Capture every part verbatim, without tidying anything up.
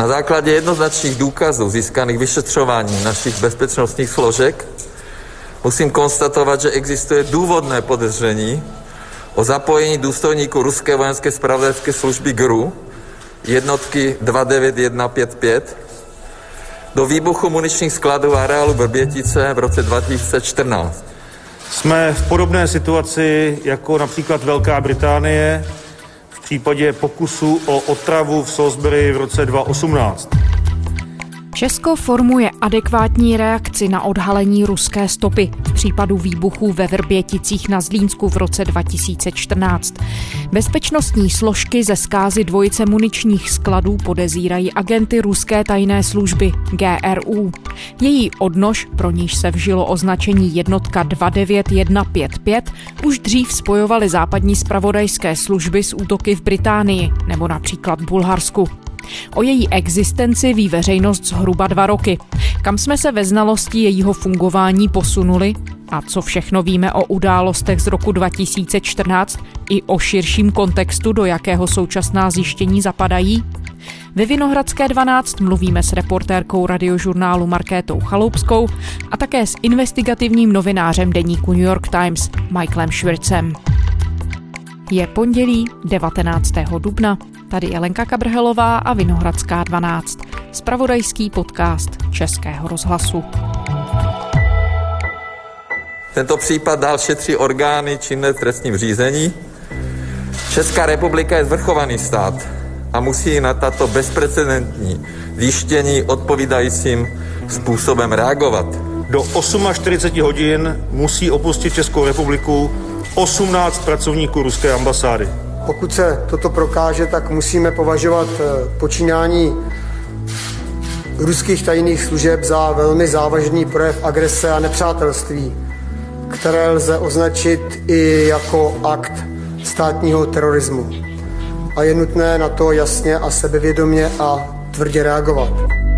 Na základě jednoznačných důkazů získaných vyšetřováním našich bezpečnostních složek musím konstatovat, že existuje důvodné podezření o zapojení důstojníků ruské vojenské zpravodajské služby G R U jednotky dva devět jedna pět pět do výbuchu muničních skladů areálu Vrbětice v roce dva tisíce čtrnáct. Jsme v podobné situaci jako například Velká Británie v případě pokusu o otravu v Salisbury v roce dva tisíce osmnáct. Česko formuje adekvátní reakci na odhalení ruské stopy v případu výbuchů ve Vrběticích na Zlínsku v roce dva tisíce čtrnáct. Bezpečnostní složky ze zkázy dvojice muničních skladů podezírají agenty ruské tajné služby G R U. Její odnož, pro níž se vžilo označení jednotka dva devět jedna pět pět, už dřív spojovaly západní zpravodajské služby s útoky v Británii nebo například Bulharsku. O její existenci ví veřejnost zhruba dva roky. Kam jsme se ve znalosti jejího fungování posunuli a co všechno víme o událostech z roku dva tisíce čtrnáct i o širším kontextu, do jakého současná zjištění zapadají? Ve Vinohradské dvanáct mluvíme s reportérkou radiožurnálu Markétou Chaloupskou a také s investigativním novinářem deníku New York Times Michaelem Schwirtzem. Je pondělí devatenáctého dubna. Tady je Lenka Kabrhelová a Vinohradská dvanáct, zpravodajský podcast Českého rozhlasu. Tento případ dál šetří orgány činné v trestním řízení. Česká republika je svrchovaný stát a musí na tato bezprecedentní zjištění odpovídajícím způsobem reagovat. Do čtyřicet osm hodin musí opustit Českou republiku osmnáct pracovníků ruské ambasády. Pokud se toto prokáže, tak musíme považovat počínání ruských tajných služeb za velmi závažný projev agrese a nepřátelství, které lze označit i jako akt státního terorismu. A je nutné na to jasně a sebevědomě a tvrdě reagovat.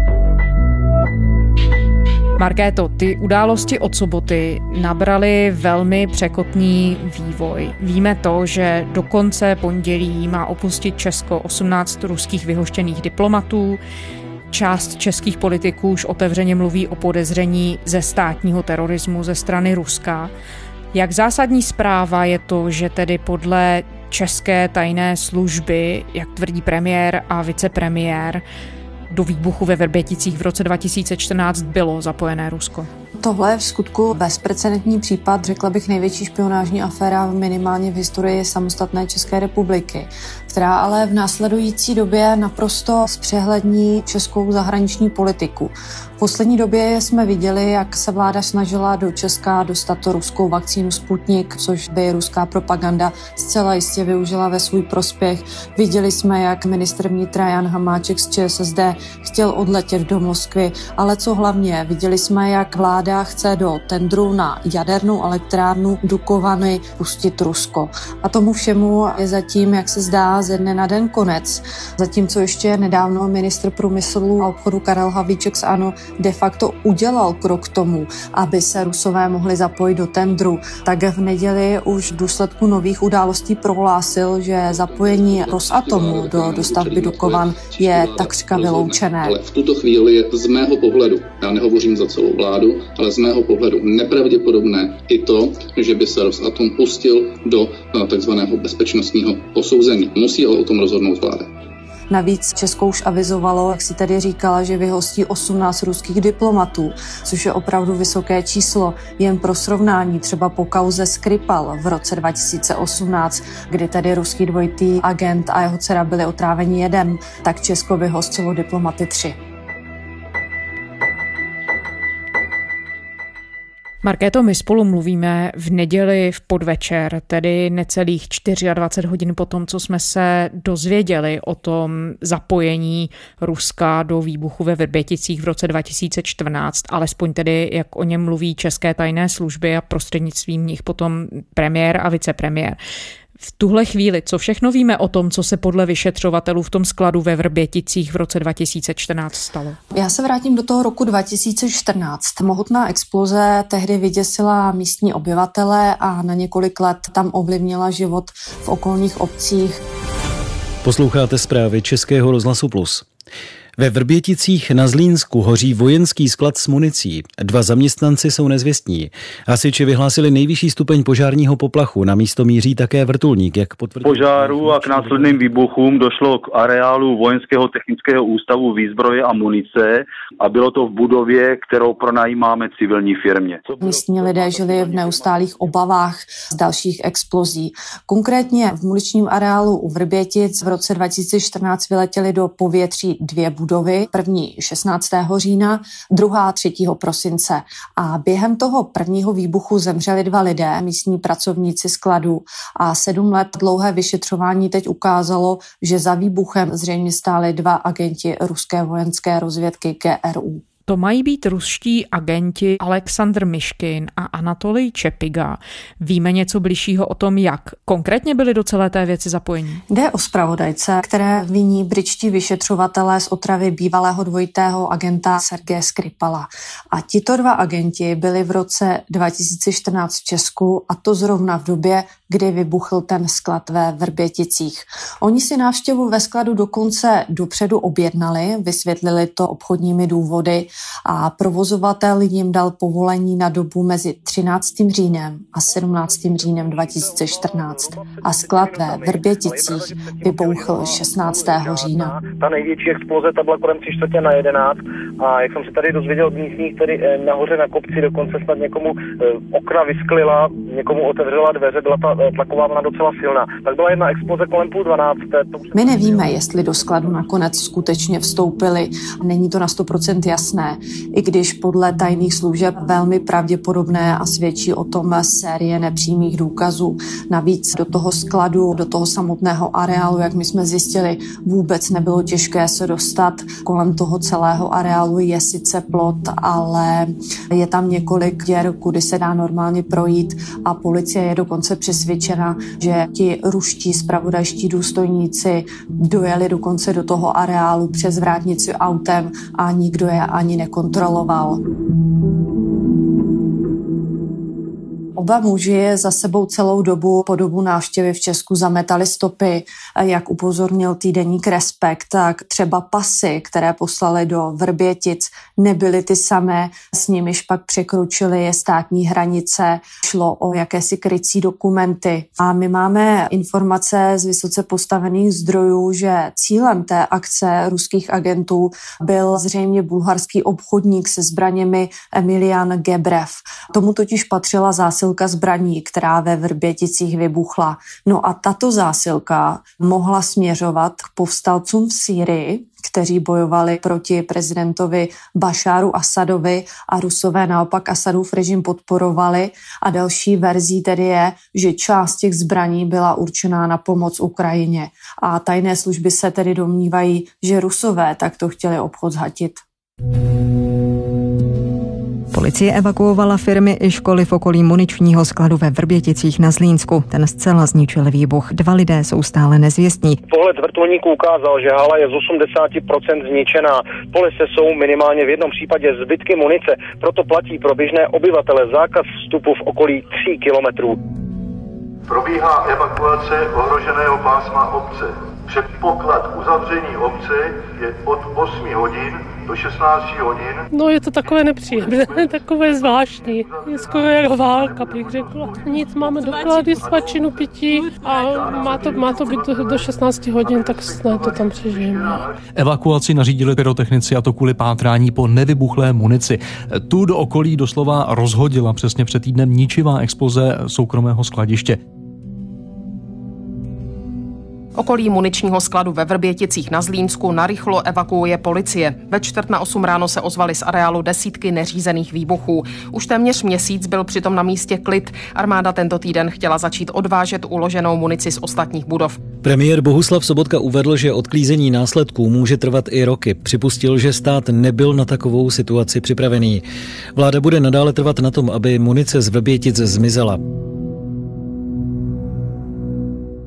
Markéto, ty události od soboty nabraly velmi překotný vývoj. Víme to, že do konce pondělí má opustit Česko osmnáct ruských vyhoštěných diplomatů. Část českých politiků už otevřeně mluví o podezření ze státního terorismu ze strany Ruska. Jak zásadní zpráva je to, že tedy podle české tajné služby, jak tvrdí premiér a vicepremiér, do výbuchu ve Vrběticích v roce dva tisíce čtrnáct bylo zapojené Rusko? Tohle je v skutku bezprecedentní případ, řekla bych největší špionážní aféra minimálně v historii samostatné České republiky, která ale v následující době naprosto zpřehlední českou zahraniční politiku. V poslední době jsme viděli, jak se vláda snažila do Česka dostat to ruskou vakcínu Sputnik, což by ruská propaganda zcela jistě využila ve svůj prospěch. Viděli jsme, jak ministr vnitra Jan Hamáček z Č S S D chtěl odletět do Moskvy, ale co hlavně, viděli jsme, jak vláda chce do tendru na jadernou elektrárnu Dukovany pustit Rusko. A tomu všemu je zatím, jak se zdá, ze dne na den konec. Zatímco ještě nedávno ministr průmyslu a obchodu Karel Havlíček z ANO de facto udělal krok k tomu, aby se Rusové mohli zapojit do tendru, tak v neděli už v důsledku nových událostí prohlásil, že zapojení Rosatomu do dostavby Dukovan je takřka vyloučené. Ale v tuto chvíli je z mého pohledu, já nehovořím za celou vládu, ale z mého pohledu nepravděpodobné i to, že by se Rosatom pustil do takzvaného bezpečnostního posouzení. Musí ale o tom rozhodnout vláda. Navíc Česko už avizovalo, jak si tady říkala, že vyhostí osmnáct ruských diplomatů, což je opravdu vysoké číslo. Jen pro srovnání třeba po kauze Skripal v roce dva tisíce osmnáct, kdy tady ruský dvojitý agent a jeho dcera byli otráveni jedem, tak Česko vyhostilo diplomaty tři. Markéto, my spolu mluvíme v neděli v podvečer, tedy necelých dvacet čtyři hodin po tom, co jsme se dozvěděli o tom zapojení Ruska do výbuchu ve Vrběticích v roce dva tisíce čtrnáct, alespoň tedy, jak o něm mluví české tajné služby a prostřednictvím nich potom premiér a vicepremiér. V tuhle chvíli, co všechno víme o tom, co se podle vyšetřovatelů v tom skladu ve Vrběticích v roce dva tisíce čtrnáct stalo? Já se vrátím do toho roku dva tisíce čtrnáct. Mohutná exploze tehdy vyděsila místní obyvatele a na několik let tam ovlivnila život v okolních obcích. Posloucháte zprávy Českého rozhlasu Plus. Ve Vrběticích na Zlínsku hoří vojenský sklad s municí. Dva zaměstnanci jsou nezvěstní. Hasiči vyhlásili nejvyšší stupeň požárního poplachu. Na místo míří také vrtulník, jak potvrdil. Požáru a k následným výbuchům došlo k areálu Vojenského technického ústavu výzbroje a munice a bylo to v budově, kterou pronajímáme civilní firmě. Místní lidé žili v neustálých obavách z dalších explozí. Konkrétně v muničním areálu u Vrbětic v roce dva tisíce čtrnáct vyletěly do povětří dvě budovy, první šestnáctého října, druhá třetího prosince. A během toho prvního výbuchu zemřeli dva lidé, místní pracovníci skladu. A sedm let dlouhé vyšetřování teď ukázalo, že za výbuchem zřejmě stáli dva agenti ruské vojenské rozvědky G R U. To mají být ruští agenti Aleksandr Myškin a Anatolij Čepiga. Víme něco bližšího o tom, jak konkrétně byli do celé té věci zapojeni? Jde o zpravodajce, které viní britští vyšetřovatelé z otravy bývalého dvojitého agenta Sergeje Skripala. A tito dva agenti byli v roce dva tisíce čtrnáct v Česku, a to zrovna v době, kdy vybuchl ten sklad ve Vrběticích. Oni si návštěvu ve skladu dokonce dopředu objednali, vysvětlili to obchodními důvody a provozovatel jim dal povolení na dobu mezi třináctým říjnem a sedmnáctým říjnem dva tisíce čtrnáct. A sklad ve Vrběticích vybouchl šestnáctého října. Ta největší exploze ta byla kolem tři čtvrtě na jedenáct a jak jsem se tady dozvěděl od místních, tedy nahoře na kopci dokonce snad někomu okna vysklila, někomu otevřela dveře, byla ta tlaková vlna docela silná. Tak byla jedna exploze kolem půl dvanácté. My nevíme, jestli do skladu nakonec skutečně vstoupili. Není to na sto procent jasné, i když podle tajných služeb velmi pravděpodobné a svědčí o tom série nepřímých důkazů. Navíc do toho skladu, do toho samotného areálu, jak my jsme zjistili, vůbec nebylo těžké se dostat. Kolem toho celého areálu je sice plot, ale je tam několik děr, kudy se dá normálně projít a policie je dokonce přesvědčena, že ti ruští zpravodajští důstojníci dojeli dokonce do toho areálu přes vrátnici autem a nikdo je ani nekontroloval. Oba muži za sebou celou dobu po dobu návštěvy v Česku zametali stopy, jak upozornil týdeník Respekt, tak třeba pasy, které poslali do Vrbětic, nebyly ty samé, s nimiž pak překročili je státní hranice, šlo o jakési krycí dokumenty. A my máme informace z vysoce postavených zdrojů, že cílem té akce ruských agentů byl zřejmě bulharský obchodník se zbraněmi Emilian Gebrev. Tomu totiž patřila zásilka zbraní, která ve Vrběticích vybuchla. No a tato zásilka mohla směřovat k povstalcům v Sýrii, kteří bojovali proti prezidentovi Bašáru Asadovi a Rusové naopak Asadův režim podporovali. A další verzí tedy je, že část těch zbraní byla určená na pomoc Ukrajině. A tajné služby se tedy domnívají, že Rusové takto chtěli obchod zhatit. Policie evakuovala firmy i školy v okolí muničního skladu ve Vrběticích na Zlínsku. Ten zcela zničil výbuch. Dva lidé jsou stále nezvěstní. Pohled vrtulníku ukázal, že hala je z osmdesát procent zničená. Police jsou minimálně v jednom případě zbytky munice, proto platí pro běžné obyvatele zákaz vstupu v okolí tří kilometrů. Probíhá evakuace ohroženého pásma obce. Předpoklad uzavření obce je od osmi hodin do šestnácti hodin. No je to takové nepříjemné, takové zvláštní. Je skoro jako válka, bych řekla. Nic, máme doklady, svačinu, pití a má to, má to být do, do šestnácti hodin, tak snad to tam přežijeme. Evakuaci nařídili pyrotechnici, a to kvůli pátrání po nevybuchlé munici. Tu do okolí doslova rozhodila přesně před týdnem ničivá exploze soukromého skladiště. Okolí muničního skladu ve Vrběticích na Zlínsku narychlo evakuuje policie. Ve čtvrt na osm ráno se ozvaly z areálu desítky neřízených výbuchů. Už téměř měsíc byl přitom na místě klid. Armáda tento týden chtěla začít odvážet uloženou munici z ostatních budov. Premiér Bohuslav Sobotka uvedl, že odklízení následků může trvat i roky. Připustil, že stát nebyl na takovou situaci připravený. Vláda bude nadále trvat na tom, aby munice z Vrbětic zmizela.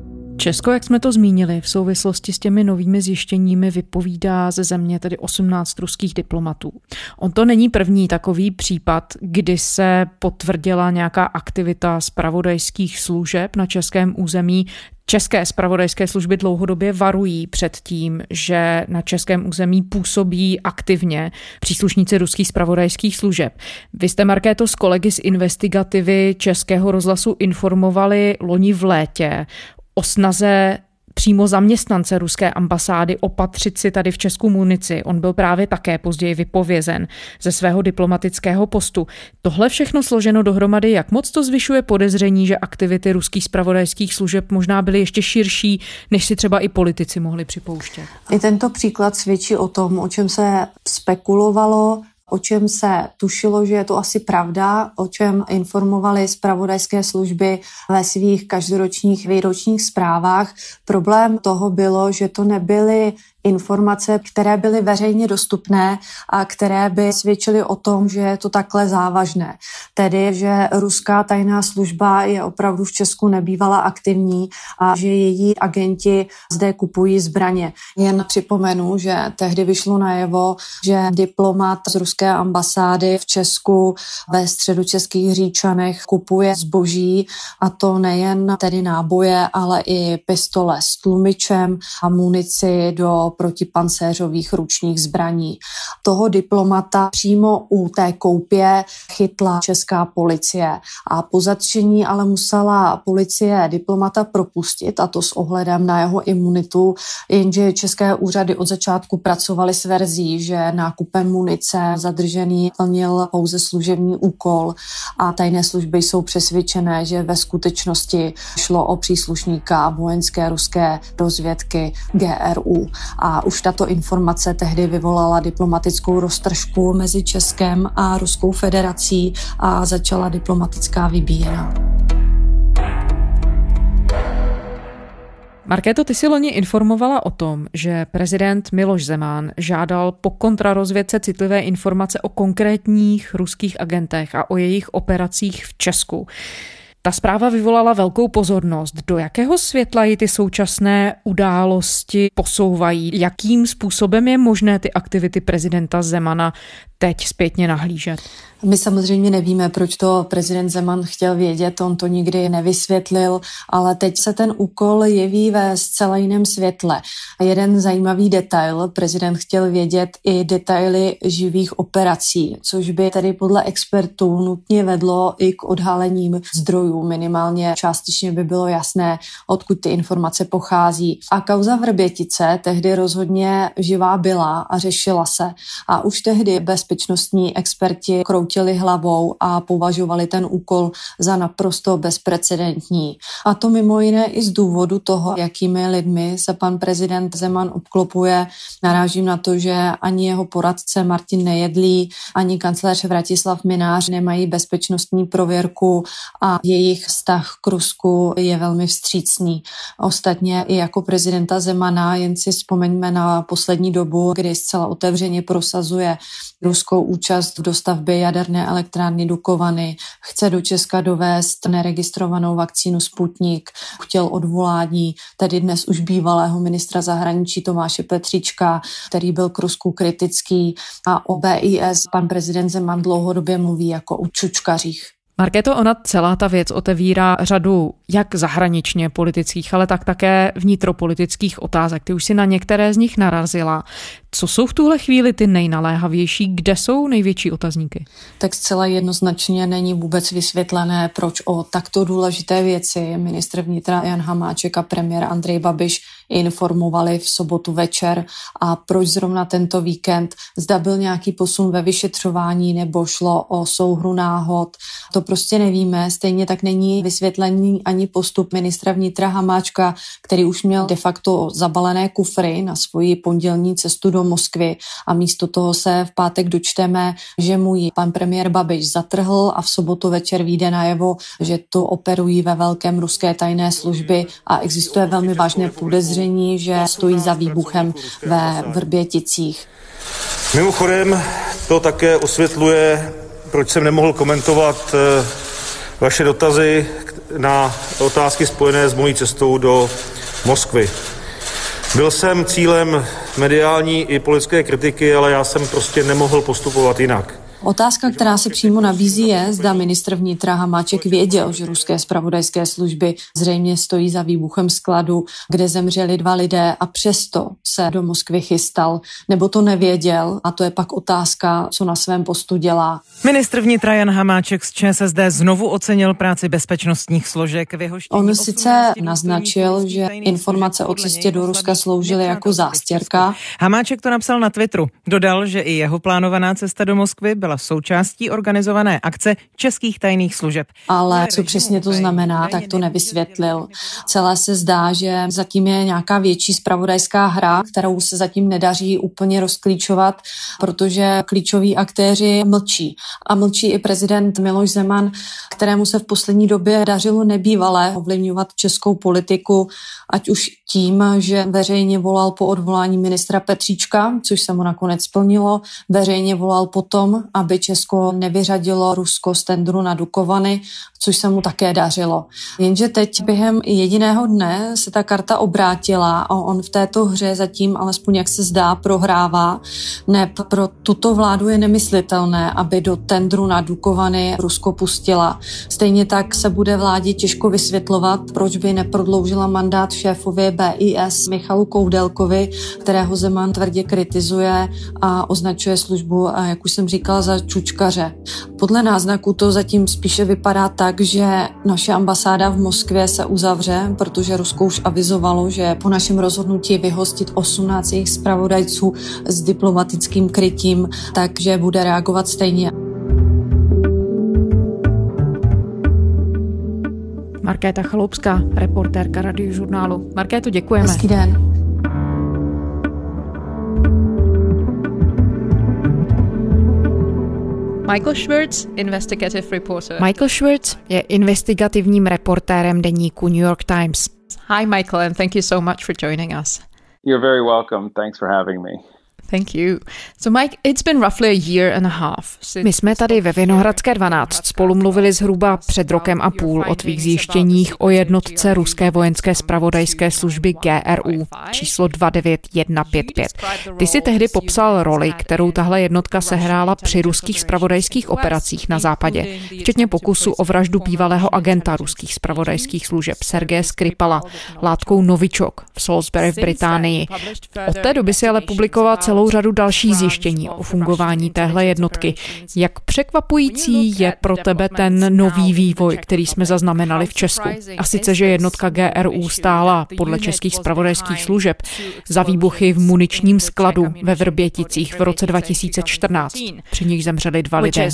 Česko, jak jsme to zmínili, v souvislosti s těmi novými zjištěními vypovídá ze země tedy osmnáct ruských diplomatů. On to není první takový případ, kdy se potvrdila nějaká aktivita zpravodajských služeb na českém území. České zpravodajské služby dlouhodobě varují před tím, že na českém území působí aktivně příslušníci ruských zpravodajských služeb. Vy jste, Markéto, s kolegy z Investigativy Českého rozhlasu informovali loni v létě o snaze přímo zaměstnance ruské ambasády opatřit si tady v Česku munici. On byl právě také později vypovězen ze svého diplomatického postu. Tohle všechno složeno dohromady, jak moc to zvyšuje podezření, že aktivity ruských zpravodajských služeb možná byly ještě širší, než si třeba i politici mohli připouštět. I tento příklad svědčí o tom, o čem se spekulovalo, o čem se tušilo, že je to asi pravda, o čem informovaly zpravodajské služby ve svých každoročních výročních zprávách. Problém toho bylo, že to nebyly informace, které byly veřejně dostupné a které by svědčily o tom, že je to takhle závažné. Tedy, že ruská tajná služba je opravdu v Česku nebývala aktivní a že její agenti zde kupují zbraně. Jen připomenu, že tehdy vyšlo najevo, že diplomat z ruské ambasády v Česku ve středočeských Říčanech kupuje zboží, a to nejen tedy náboje, ale i pistole s tlumičem a munici do protipancéřových ručních zbraní. Toho diplomata přímo u té koupě chytla česká policie a po zatčení ale musela policie diplomata propustit, a to s ohledem na jeho imunitu, jenže české úřady od začátku pracovaly s verzí, že nákupem munice zadržený plnil pouze služební úkol a tajné služby jsou přesvědčené, že ve skutečnosti šlo o příslušníka vojenské ruské rozvědky G R U. A už tato informace tehdy vyvolala diplomatickou roztržku mezi Českem a Ruskou federací a začala diplomatická vybíjena. Markéto, ty si loni informovala o tom, že prezident Miloš Zeman žádal po kontrarozvědce citlivé informace o konkrétních ruských agentech a o jejich operacích v Česku. Ta zpráva vyvolala velkou pozornost. Do jakého světla ji ty současné události posouvají? Jakým způsobem je možné ty aktivity prezidenta Zemana teď zpětně nahlížet? My samozřejmě nevíme, proč to prezident Zeman chtěl vědět, on to nikdy nevysvětlil, ale teď se ten úkol jeví ve zcela jiném světle. Jeden zajímavý detail, prezident chtěl vědět i detaily živých operací, což by tedy podle expertů nutně vedlo i k odhalením zdrojů. Minimálně částečně by bylo jasné, odkud ty informace pochází. A kauza Vrbětice tehdy rozhodně živá byla a řešila se. A už tehdy bezpečnostní experti kroutili hlavou a považovali ten úkol za naprosto bezprecedentní. A to mimo jiné i z důvodu toho, jakými lidmi se pan prezident Zeman obklopuje. Narážím na to, že ani jeho poradce Martin Nejedlý, ani kancléř Vratislav Mynář nemají bezpečnostní prověrku a jejich vztah k Rusku je velmi vstřícný. Ostatně i jako prezidenta Zemana, jen si vzpomeňme na poslední dobu, kdy zcela otevřeně prosazuje ruskou účast v dostavbě jaderné elektrárny Dukovany, chce do Česka dovést neregistrovanou vakcínu Sputnik, chtěl odvolání, tedy dnes už bývalého ministra zahraničí Tomáše Petříčka, který byl k Rusku kritický, a o B I S pan prezident Zeman dlouhodobě mluví jako o čučkařích. Markéto, ona celá ta věc otevírá řadu jak zahraničně politických, ale tak také vnitropolitických otázek. Ty už si na některé z nich narazila. Co jsou v tuhle chvíli ty nejnaléhavější? Kde jsou největší otazníky? Tak zcela jednoznačně není vůbec vysvětlené, proč o takto důležité věci ministr vnitra Jan Hamáček a premiér Andrej Babiš informovali v sobotu večer a proč zrovna tento víkend. Zda byl nějaký posun ve vyšetřování nebo šlo o souhru náhod. To prostě nevíme. Stejně tak není vysvětlený ani postup ministra vnitra Hamáčka, který už měl de facto zabalené kufry na svoji pondělní cestu do Moskvy a místo toho se v pátek dočteme, že mu ji pan premiér Babiš zatrhl a v sobotu večer vyjde najevo, že to operují ve velkém ruské tajné služby a existuje velmi vážné podezření, že stojí za výbuchem ve Vrběticích. Mimochodem to také osvětluje, proč jsem nemohl komentovat vaše dotazy na otázky spojené s mojí cestou do Moskvy. Byl jsem cílem mediální i politické kritiky, ale já jsem prostě nemohl postupovat jinak. Otázka, která se přímo nabízí, je, zda ministr vnitra Hamáček věděl, že ruské zpravodajské služby zřejmě stojí za výbuchem skladu, kde zemřeli dva lidé a přesto se do Moskvy chystal, nebo to nevěděl, a to je pak otázka, co na svém postu dělá. Ministr vnitra Jan Hamáček z ČSSD znovu ocenil práci bezpečnostních složek. On sice naznačil, že informace o cestě do Ruska sloužily jako zástěrka. Hamáček to napsal na Twitteru. Dodal, že i jeho plánovaná cesta do Moskvy byla součástí organizované akce českých tajných služeb. Ale co přesně to znamená, tak to nevysvětlil. Celé se zdá, že zatím je nějaká větší zpravodajská hra, kterou se zatím nedaří úplně rozklíčovat, protože klíčoví aktéři mlčí. A mlčí i prezident Miloš Zeman, kterému se v poslední době dařilo nebývalé ovlivňovat českou politiku, ať už tím, že veřejně volal po odvolání ministra Petříčka, což se mu nakonec splnilo, veřejně volal potom, aby Česko nevyřadilo Rusko z tendru na Dukovany, což se mu také dařilo. Jenže teď během jediného dne se ta karta obrátila a on v této hře zatím, alespoň jak se zdá, prohrává. Ne, pro tuto vládu je nemyslitelné, aby do tendru na Dukovany Rusko pustila. Stejně tak se bude vládě těžko vysvětlovat, proč by neprodloužila mandát šéfovi B I S Michalu Koudelkovi, kterého Zeman tvrdě kritizuje a označuje službu, jak už jsem říkala, za čučkaře. Podle náznaku to zatím spíše vypadá tak, že naše ambasáda v Moskvě se uzavře, protože Rusko už avizovalo, že po našem rozhodnutí vyhostit osmnáct jejich zpravodajců s diplomatickým krytím, takže bude reagovat stejně. Markéta Chaloupská, reportérka Radiožurnálu. Markéto, děkujeme. Hezký den. Michael Schwartz, investigative reporter. Michael Schwartz je investigativním reportérem deníku New York Times. Hi Michael, and thank you so much for joining us. You're very welcome. Thanks for having me. Thank you. So Mike, it's been roughly a year and a half. My jsme tady ve Vinohradské dvanáct spolu mluvili zhruba před rokem a půl o tvých zjištěních o jednotce ruské vojenské zpravodajské služby G R U číslo dva devět jedna pět pět. Ty si tehdy popsal roli, kterou tahle jednotka sehrála při ruských zpravodajských operacích na západě, včetně pokusu o vraždu bývalého agenta ruských zpravodajských služeb Sergeje Skripala látkou Novichok v Salisbury v Británii. Od té doby si ale publikoval celou řadu dalších zjištění o fungování téhle jednotky. Jak překvapující je pro tebe ten nový vývoj, který jsme zaznamenali v Česku? A sice, že jednotka G R U stála podle českých zpravodajských služeb za výbuchy v muničním skladu ve Vrběticích v roce dva tisíce čtrnáct. Při nich zemřeli dva lidé.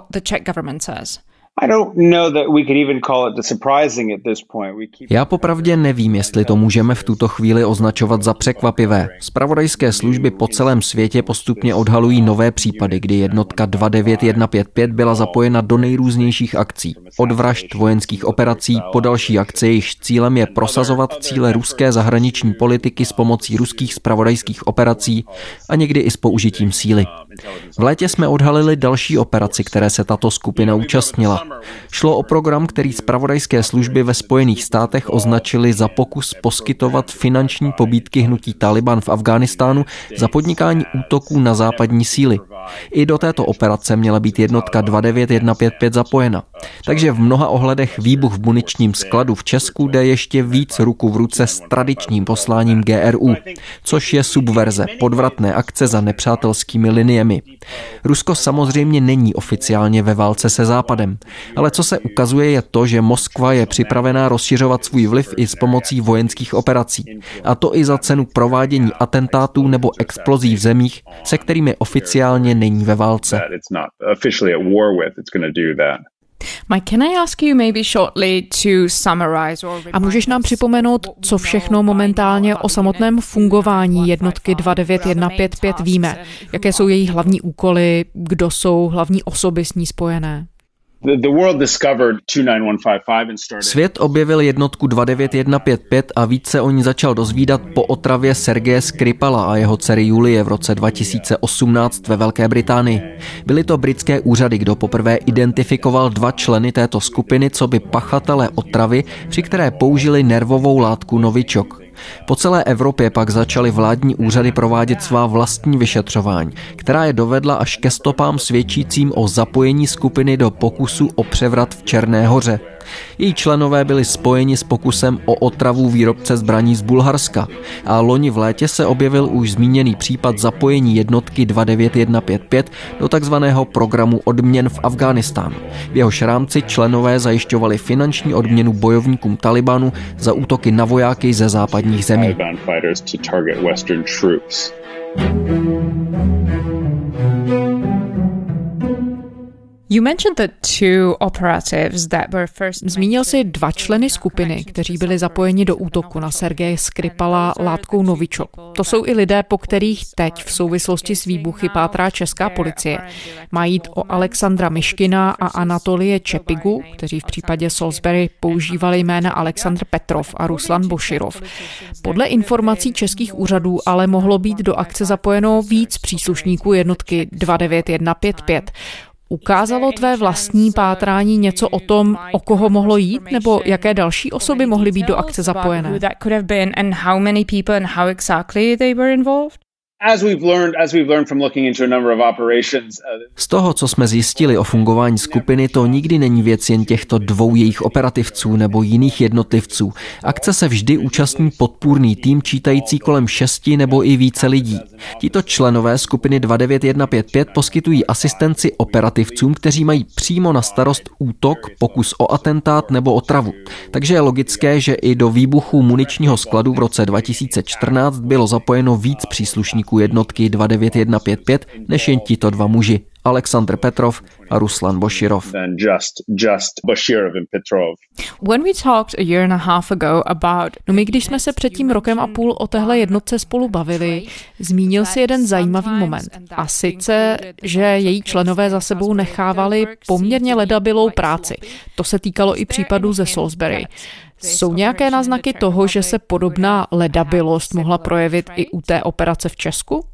Já popravdě nevím, jestli to můžeme v tuto chvíli označovat za překvapivé. Zpravodajské služby po celém světě postupně odhalují nové případy, kdy jednotka dva devět jedna pět pět byla zapojena do nejrůznějších akcí. Od vražd vojenských operací po další akce, jejichž cílem je prosazovat cíle ruské zahraniční politiky s pomocí ruských zpravodajských operací a někdy i s použitím síly. V létě jsme odhalili další operaci, které se tato skupina účastnila. Šlo o program, který zpravodajské služby ve Spojených státech označili za pokus poskytovat finanční pobídky hnutí Taliban v Afghánistánu za podnikání útoků na západní síly. I do této operace měla být jednotka dva devět jedna pět pět zapojena. Takže v mnoha ohledech výbuch v muničním skladu v Česku jde ještě víc ruku v ruce s tradičním posláním G R U, což je subverze, podvratné akce za nepřátelskými liniemi. Rusko samozřejmě není oficiálně ve válce se Západem, ale co se ukazuje je to, že Moskva je připravená rozšiřovat svůj vliv i s pomocí vojenských operací. A to i za cenu provádění atentátů nebo explozí v zemích, se kterými oficiálně není ve válce. A můžeš nám připomenout, co všechno momentálně o samotném fungování jednotky dva devět jedna pět pět víme? Jaké jsou její hlavní úkoly, kdo jsou hlavní osoby s ní spojené? Svět objevil jednotku dva devět jedna pět pět a víc se o ní začal dozvídat po otravě Sergeje Skripala a jeho dcery Julie v roce dva tisíce osmnáct ve Velké Británii. Byly to britské úřady, kdo poprvé identifikoval dva členy této skupiny, co by pachatele otravy, při které použili nervovou látku Novichok. Po celé Evropě pak začaly vládní úřady provádět svá vlastní vyšetřování, která je dovedla až ke stopám svědčícím o zapojení skupiny do pokusu o převrat v Černé Hoře. Její členové byli spojeni s pokusem o otravu výrobce zbraní z Bulharska a loni v létě se objevil už zmíněný případ zapojení jednotky dva devět jedna pět pět do takzvaného programu odměn v Afghánistánu. V jehož rámci členové zajišťovali finanční odměnu bojovníkům Talibanu za útoky na vojáky ze západních zemí. Zmínil si dva členy skupiny, kteří byli zapojeni do útoku na Sergeje Skripala látkou Novičok. To jsou i lidé, po kterých teď v souvislosti s výbuchy pátrá česká policie. Má jít o Alexandra Myškina a Anatolie Čepigu, kteří v případě Salisbury používali jména Aleksandr Petrov a Ruslan Boširov. Podle informací českých úřadů ale mohlo být do akce zapojeno víc příslušníků jednotky dva devět jedna pět pět. Ukázalo tvé vlastní pátrání něco o tom, o koho mohlo jít, nebo jaké další osoby mohly být do akce zapojené? Z toho, co jsme zjistili o fungování skupiny, to nikdy není věc jen těchto dvou jejich operativců nebo jiných jednotlivců. Akce se vždy účastní podpůrný tým čítající kolem šesti nebo i více lidí. Tito členové skupiny dva devět jedna pět pět poskytují asistenci operativcům, kteří mají přímo na starost útok, pokus o atentát nebo otravu. Takže je logické, že i do výbuchu muničního skladu v roce dva tisíce čtrnáct bylo zapojeno víc příslušníků jednotky dva devět jedna pět pět než jen tito dva muži, Aleksandr Petrov a Ruslan Boširov. No my, když jsme se před tím rokem a půl o téhle jednotce spolu bavili, zmínil si jeden zajímavý moment. A sice, že její členové za sebou nechávali poměrně ledabylou práci. To se týkalo i případů ze Salisbury. Jsou nějaké náznaky toho, že se podobná ledabylost mohla projevit i u té operace v Česku?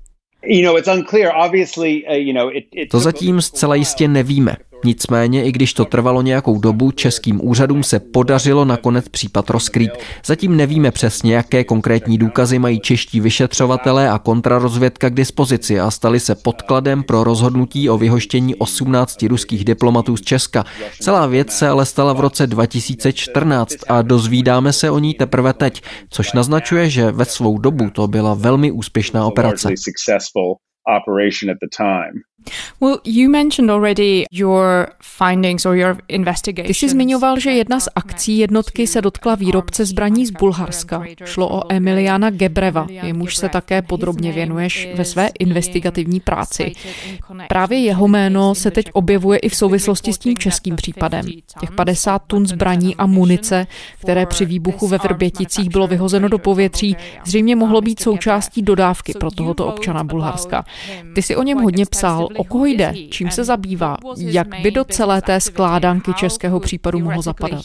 To zatím zcela jistě nevíme. Nicméně, i když to trvalo nějakou dobu, českým úřadům se podařilo nakonec případ rozkrýt. Zatím nevíme přesně, jaké konkrétní důkazy mají čeští vyšetřovatelé a kontrarozvědka k dispozici a stali se podkladem pro rozhodnutí o vyhoštění osmnácti ruských diplomatů z Česka. Celá věc se ale stala v roce dva tisíce čtrnáct a dozvídáme se o ní teprve teď, což naznačuje, že ve svou dobu to byla velmi úspěšná operace. Operation at the time. Well, you mentioned already your findings or your investigation. Ty jsi zmiňoval, že jedna z akcí jednotky se dotkla výrobce zbraní z Bulharska. Šlo o Emiliana Gebreva, jemuž se také podrobně věnuješ ve své investigativní práci. Právě jeho jméno se teď objevuje i v souvislosti s tím českým případem. Těch padesát tun zbraní a munice, které při výbuchu ve Vrběticích bylo vyhozeno do povětří, zřejmě mohlo být součástí dodávky pro tohoto občana Bulharska. Ty si o něm hodně psal. O koho jde? Čím se zabývá? Jak by do celé té skládanky českého případu mohl zapadat?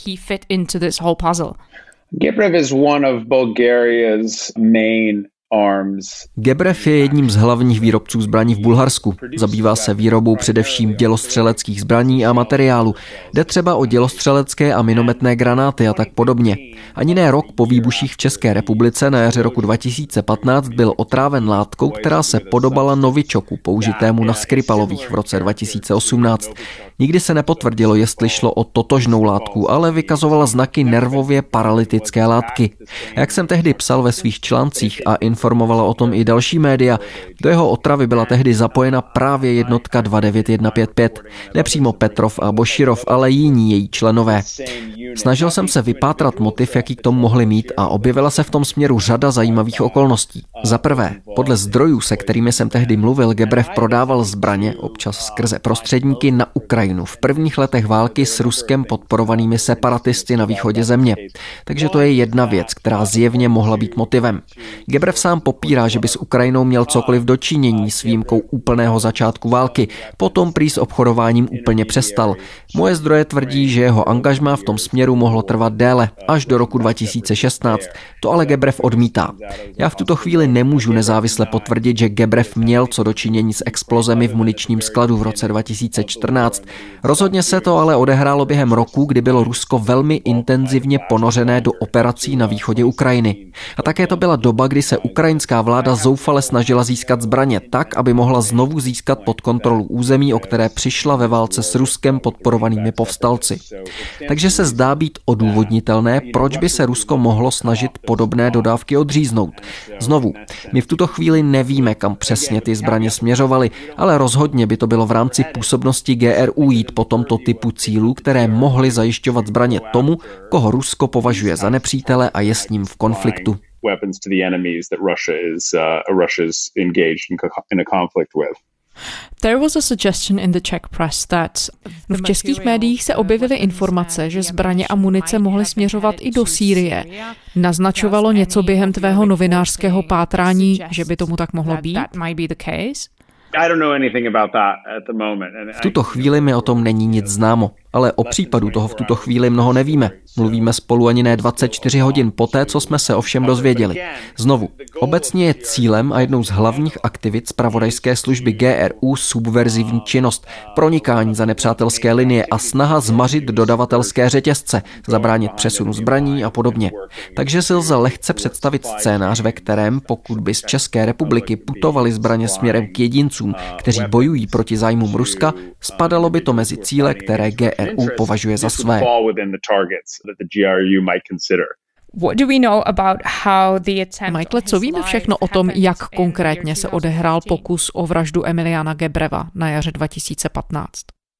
Gebrev is one of Bulgaria's main Gebrev je jedním z hlavních výrobců zbraní v Bulharsku. Zabývá se výrobou především dělostřeleckých zbraní a materiálu. Jde třeba o dělostřelecké a minometné granáty a tak podobně. Ani ne rok po výbuších v České republice na jaře roku dva tisíce patnáct byl otráven látkou, která se podobala Novičoku, použitému na Skripalových v roce dva tisíce osmnáct. Nikdy se nepotvrdilo, jestli šlo o totožnou látku, ale vykazovala znaky nervově paralytické látky. Jak jsem tehdy psal ve svých článcích a informovala o tom i další média, do jeho otravy byla tehdy zapojena právě jednotka dva devět jedna pět pět. Nepřímo Petrov a Boširov, ale jiní její členové. Snažil jsem se vypátrat motiv, jaký k tomu mohli mít, a objevila se v tom směru řada zajímavých okolností. Za prvé, podle zdrojů, se kterými jsem tehdy mluvil, Gebrev prodával zbraně, občas skrze prostředníky, na Ukrajinu v prvních letech války s Ruskem podporovanými separatisty na východě země. Takže to je jedna věc, která zjevně mohla být motivem. Gebrev sám popírá, že by s Ukrajinou měl cokoliv dočinění s výjimkou úplného začátku války. Potom prý s obchodováním úplně přestal. Moje zdroje tvrdí, že jeho angažmá v tom směru směru mohlo trvat déle, až do roku dva tisíce šestnáct. To ale Gebrev odmítá. Já v tuto chvíli nemůžu nezávisle potvrdit, že Gebrev měl co dočinění s explozemi v muničním skladu v roce dva tisíce čtrnáct. Rozhodně se to ale odehrálo během roku, kdy bylo Rusko velmi intenzivně ponořené do operací na východě Ukrajiny. A také to byla doba, kdy se ukrajinská vláda zoufale snažila získat zbraně tak, aby mohla znovu získat pod kontrolu území, o které přišla ve válce s Ruskem podporovanými povstalci. Takže se zdá být odůvodnitelné, proč by se Rusko mohlo snažit podobné dodávky odříznout. Znovu, my v tuto chvíli nevíme, kam přesně ty zbraně směřovaly, ale rozhodně by to bylo v rámci působnosti G R U jít po tomto typu cílů, které mohly zajišťovat zbraně tomu, koho Rusko považuje za nepřítele a je s ním v konfliktu. V českých médiích se objevily informace, že zbraně a munice mohly směřovat i do Sýrie. Naznačovalo něco během tvého novinářského pátrání, že by tomu tak mohlo být? V tuto chvíli mi o tom není nic známo, ale o případu toho v tuto chvíli mnoho nevíme. Mluvíme spolu ani ne dvacet čtyři hodin poté, co jsme se ovšem dozvěděli. Znovu, obecně je cílem a jednou z hlavních aktivit zpravodajské služby G R U subverzivní činnost, pronikání za nepřátelské linie a snaha zmařit dodavatelské řetězce, zabránit přesunu zbraní a podobně. Takže si lze lehce představit scénář, ve kterém, pokud by z České republiky putovaly zbraně směrem k jedincům, kteří bojují proti zájmům Ruska, spadalo by to mezi cíle, které G R U považuje za své. Michael, co víme všechno o tom, jak konkrétně se odehrál pokus o vraždu Emiliana Gebreva na jaře dva tisíce patnáct?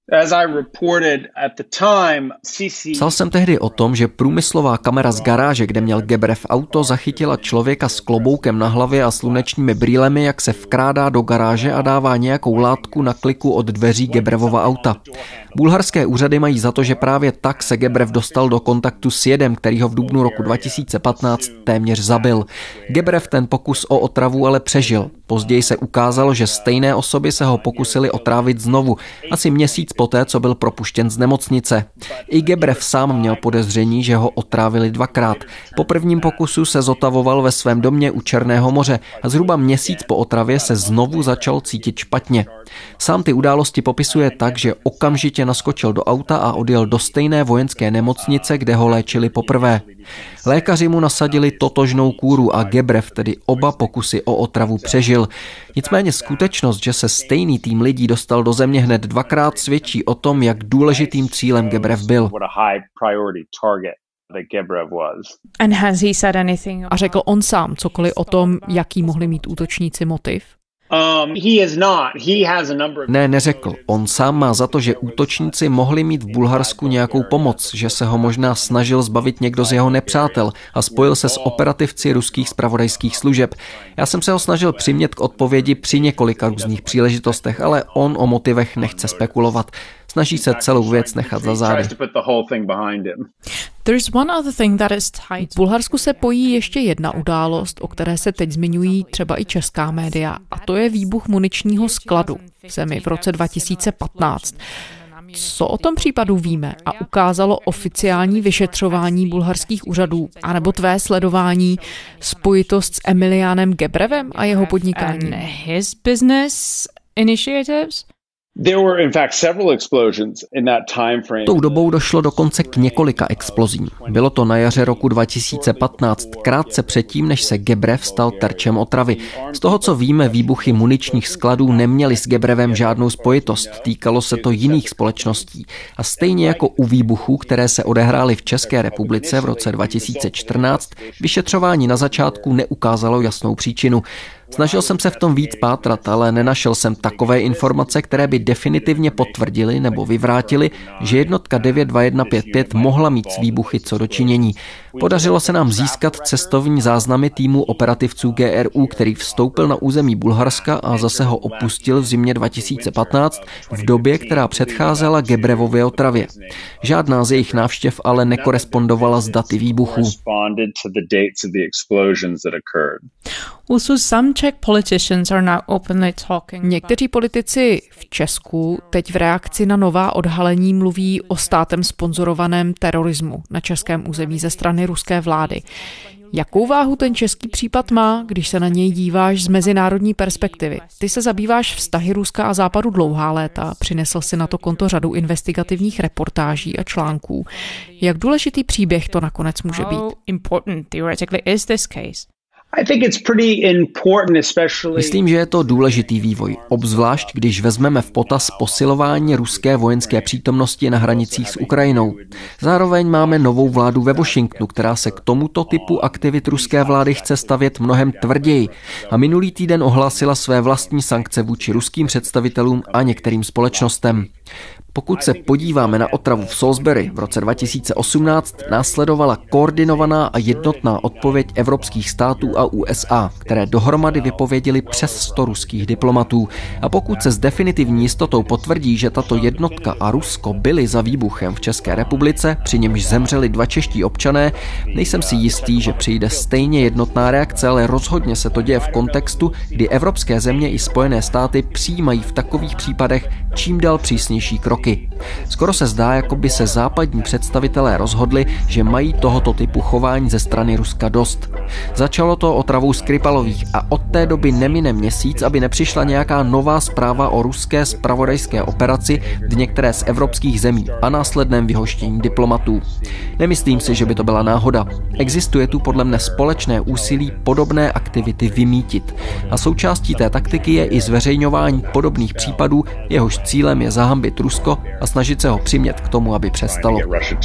Psal jsem tehdy o tom, že průmyslová kamera z garáže, kde měl Gebrev auto, zachytila člověka s kloboukem na hlavě a slunečními brýlemi, jak se vkrádá do garáže a dává nějakou látku na kliku od dveří Gebrevova auta. Bulharské úřady mají za to, že právě tak se Gebrev dostal do kontaktu s jedem, který ho v dubnu roku dva tisíce patnáct téměř zabil. Gebrev ten pokus o otravu ale přežil. Později se ukázalo, že stejné osoby se ho pokusili otrávit znovu, asi měsíc poté, co byl propuštěn z nemocnice. I Gebrev sám měl podezření, že ho otrávili dvakrát. Po prvním pokusu se zotavoval ve svém domě u Černého moře a zhruba měsíc po otravě se znovu začal cítit špatně. Sám ty události popisuje tak, že okamžitě naskočil do auta a odjel do stejné vojenské nemocnice, kde ho léčili poprvé. Lékaři mu nasadili totožnou kúru a Gebrev tedy oba pokusy o otravu přežil. Nicméně skutečnost, že se stejný tým lidí dostal do země hned dvakrát, svědčí o tom, jak důležitým cílem Gebrev byl. A řekl on sám cokoliv o tom, jaký mohli mít útočníci motiv? Ne, neřekl. On sám má za to, že útočníci mohli mít v Bulharsku nějakou pomoc, že se ho možná snažil zbavit někdo z jeho nepřátel a spojil se s operativci ruských zpravodajských služeb. Já jsem se ho snažil přimět k odpovědi při několika různých příležitostech, ale on o motivech nechce spekulovat. Snaží se celou věc nechat za zády. V Bulharsku se pojí ještě jedna událost, o které se teď zmiňují třeba i česká média, a to je výbuch muničního skladu v zemi v roce dva tisíce patnáct. Co o tom případu víme a ukázalo oficiální vyšetřování bulharských úřadů anebo tvé sledování spojitost s Emilianem Gebrevem a jeho podnikáním? Tou dobou došlo dokonce k několika explozím. Bylo to na jaře roku dva tisíce patnáct, krátce předtím, než se Gebrev stal terčem otravy. Z toho, co víme, výbuchy muničních skladů neměly s Gebrevem žádnou spojitost. Týkalo se to jiných společností. A stejně jako u výbuchů, které se odehrály v České republice v roce dva tisíce čtrnáct, vyšetřování na začátku neukázalo jasnou příčinu. Snažil jsem se v tom víc pátrat, ale nenašel jsem takové informace, které by definitivně potvrdily nebo vyvrátily, že jednotka devět dva jedna pět pět mohla mít s výbuchy co dočinění. Podařilo se nám získat cestovní záznamy týmu operativců G R U, který vstoupil na území Bulharska a zase ho opustil v zimě dva tisíce patnáct v době, která předcházela Gebrevově otravě. Žádná z jejich návštěv ale nekorespondovala s daty výbuchů. Někteří politici v Česku teď v reakci na nová odhalení mluví o státem sponzorovaném terorismu na českém území ze strany ruské vlády. Jakou váhu ten český případ má, když se na něj díváš z mezinárodní perspektivy? Ty se zabýváš vztahy Ruska a Západu dlouhá léta, přinesl si na to konto řadu investigativních reportáží a článků. Jak důležitý příběh to nakonec může být? Myslím, že je to důležitý vývoj, obzvlášť když vezmeme v potaz posilování ruské vojenské přítomnosti na hranicích s Ukrajinou. Zároveň máme novou vládu ve Washingtonu, která se k tomuto typu aktivit ruské vlády chce stavět mnohem tvrději a minulý týden ohlásila své vlastní sankce vůči ruským představitelům a některým společnostem. Pokud se podíváme na otravu v Salisbury v roce dva tisíce osmnáct, následovala koordinovaná a jednotná odpověď evropských států a U S A, které dohromady vypověděly přes sto ruských diplomatů. A pokud se s definitivní jistotou potvrdí, že tato jednotka a Rusko byly za výbuchem v České republice, při němž zemřeli dva čeští občané, nejsem si jistý, že přijde stejně jednotná reakce, ale rozhodně se to děje v kontextu, kdy evropské země i Spojené státy přijímají v takových případech čím dál přísnější kroky. Skoro se zdá, jako by se západní představitelé rozhodli, že mají tohoto typu chování ze strany Ruska dost. Začalo to otravou Skripalových a od té doby nemine měsíc, aby nepřišla nějaká nová zpráva o ruské zpravodajské operaci v některé z evropských zemí a následném vyhoštění diplomatů. Nemyslím si, že by to byla náhoda. Existuje tu podle mne společné úsilí podobné aktivity vymítit. A součástí té taktiky je i zveřejňování podobných případů, jehož cílem je zahambit Rusko a snažit se ho přimět k tomu, aby přestalo.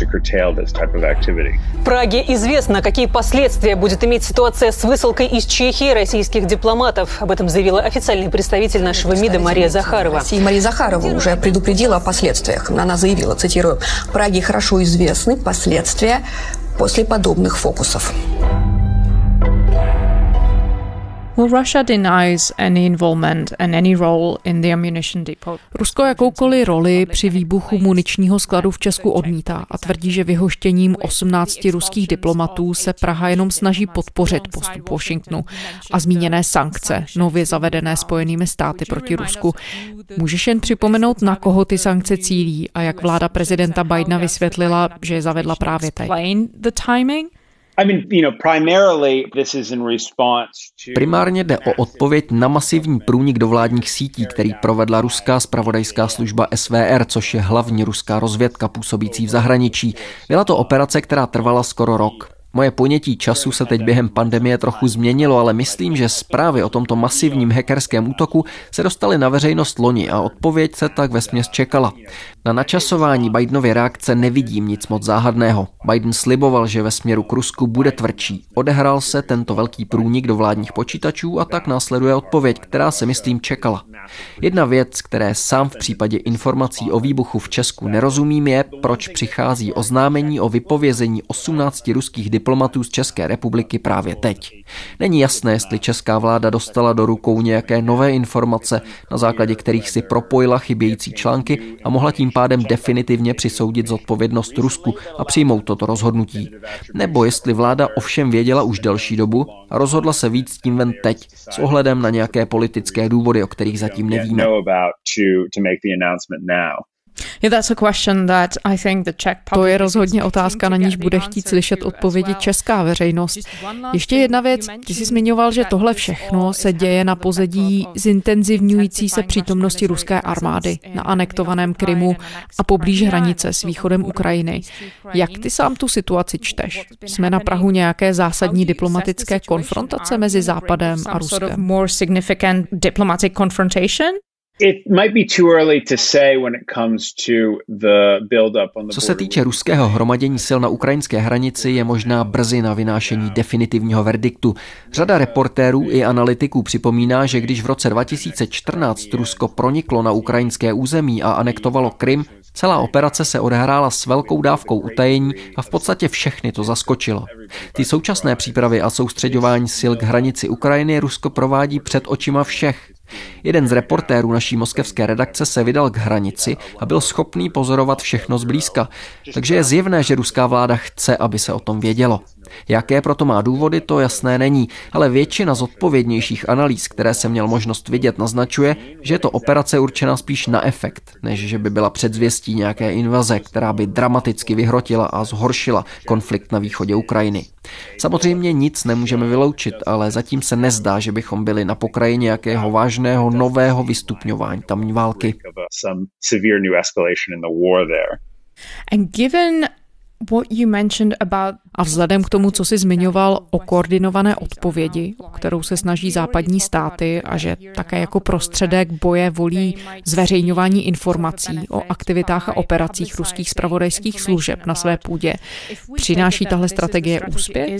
В Праге известно, какие последствия будет иметь ситуация с высылкой из Чехии российских дипломатов. Об этом заявила официальный представитель нашего МИДа Мария Захарова. Мария Захарова уже предупредила о последствиях. Она заявила, цитирую, «В Праге хорошо известны последствия после подобных фокусов». Rusko jakoukoliv roli při výbuchu muničního skladu v Česku odmítá a tvrdí, že vyhoštěním osmnácti ruských diplomatů se Praha jenom snaží podpořit postup Washingtonu a zmíněné sankce, nově zavedené Spojenými státy proti Rusku. Můžeš jen připomenout, na koho ty sankce cílí a jak vláda prezidenta Bidena vysvětlila, že je zavedla právě teď? Primárně jde o odpověď na masivní průnik do vládních sítí, který provedla ruská zpravodajská služba S V R, což je hlavní ruská rozvědka působící v zahraničí. Byla to operace, která trvala skoro rok. Moje ponětí času se teď během pandemie trochu změnilo, ale myslím, že zprávy o tomto masivním hackerském útoku se dostaly na veřejnost loni a odpověď se tak vesměs čekala. Na načasování Bidenovy reakce nevidím nic moc záhadného. Biden sliboval, že ve směru k Rusku bude tvrdší. Odehrál se tento velký průnik do vládních počítačů a tak následuje odpověď, která se myslím čekala. Jedna věc, které sám v případě informací o výbuchu v Česku nerozumím, je, proč přichází oznámení o vypovězení osmnácti ruských diplomatů z České republiky právě teď. Není jasné, jestli česká vláda dostala do rukou nějaké nové informace, na základě kterých si propojila chybějící články a mohla tím pádem definitivně přisoudit zodpovědnost Rusku a přijmout toto rozhodnutí. Nebo jestli vláda ovšem věděla už delší dobu a rozhodla se víc s tím ven teď, s ohledem na nějaké politické důvody, o kterých zatím nevíme. To je rozhodně otázka, na níž bude chtít slyšet odpovědi česká veřejnost. Ještě jedna věc, ty jsi zmiňoval, že tohle všechno se děje na pozadí zintenzivňující se přítomnosti ruské armády na anektovaném Krymu a poblíž hranice s východem Ukrajiny. Jak ty sám tu situaci čteš? Jsme na prahu nějaké zásadní diplomatické konfrontace mezi Západem a Ruskem? Co se týče ruského hromadění sil na ukrajinské hranici, je možná brzy na vynášení definitivního verdiktu. Řada reportérů i analytiků připomíná, že když v roce dva tisíce čtrnáct Rusko proniklo na ukrajinské území a anektovalo Krym, celá operace se odehrála s velkou dávkou utajení a v podstatě všechny to zaskočilo. Ty současné přípravy a soustřeďování sil k hranici Ukrajiny Rusko provádí před očima všech. Jeden z reportérů naší moskevské redakce se vydal k hranici a byl schopný pozorovat všechno zblízka. Takže je zjevné, že ruská vláda chce, aby se o tom vědělo. Jaké proto má důvody, to jasné není, ale většina zodpovědnějších analýz, které jsem měl možnost vidět, naznačuje, že je to operace určená spíš na efekt, než že by byla předzvěstí nějaké invaze, která by dramaticky vyhrotila a zhoršila konflikt na východě Ukrajiny. Samozřejmě nic nemůžeme vyloučit, ale zatím se nezdá, že bychom byli na pokraji nějakého vážného nového vystupňování tamní války. And given what you mentioned about... A vzhledem k tomu, co jsi zmiňoval o koordinované odpovědi, o kterou se snaží západní státy a že také jako prostředek boje volí zveřejňování informací o aktivitách a operacích ruských zpravodajských služeb na své půdě, přináší tahle strategie úspěch?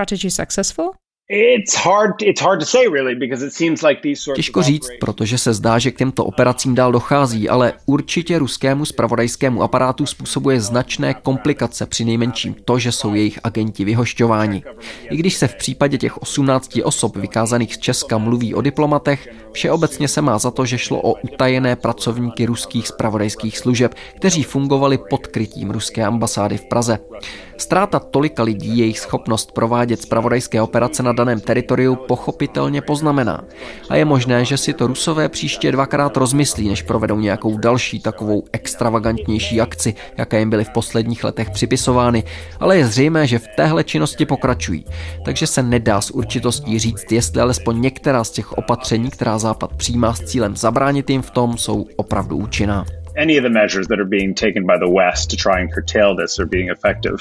Těžko říct, protože se zdá, že k těmto operacím dál dochází, ale určitě ruskému zpravodajskému aparátu způsobuje značné komplikace, přinejmenším to, že jsou jejich agenti vyhošťováni. I když se v případě těch osmnácti osob vykázaných z Česka mluví o diplomatech, všeobecně se má za to, že šlo o utajené pracovníky ruských zpravodajských služeb, kteří fungovali pod krytím ruské ambasády v Praze. Ztráta tolika lidí jejich schopnost provádět zpravodajské operace na daném teritoriu pochopitelně poznamená. A je možné, že si to Rusové příště dvakrát rozmyslí, než provedou nějakou další takovou extravagantnější akci, jaké jim byly v posledních letech připisovány, ale je zřejmé, že v téhle činnosti pokračují. Takže se nedá s určitostí říct, jestli alespoň některá z těch opatření, která Západ přijímá s cílem zabránit jim v tom, jsou opravdu účinná. Any of the measures that are being taken by the West to try and curtail this are being effective.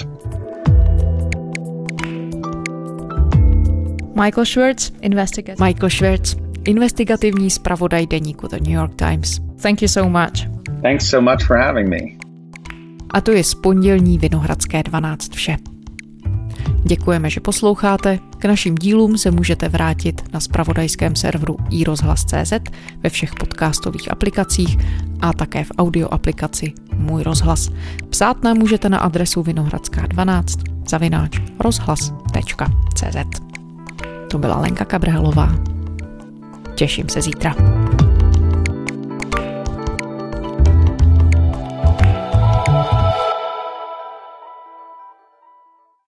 Michael Schwartz, investigative. Michael Schwartz, investigativní zpravodaj deníku The New York Times. Thank you so much. Thanks so much for having me. A to je z pondělní Vinohradské dvanáct vše. Děkujeme, že posloucháte. K našim dílům se můžete vrátit na zpravodajském serveru i rozhlas tečka cé zet, ve všech podcastových aplikacích a také v audio aplikaci Můj rozhlas. Psát nám můžete na adresu vinohradská dvanáct zavináč rozhlas tečka cé zet. To byla Lenka Kabrhelová. Těším se zítra.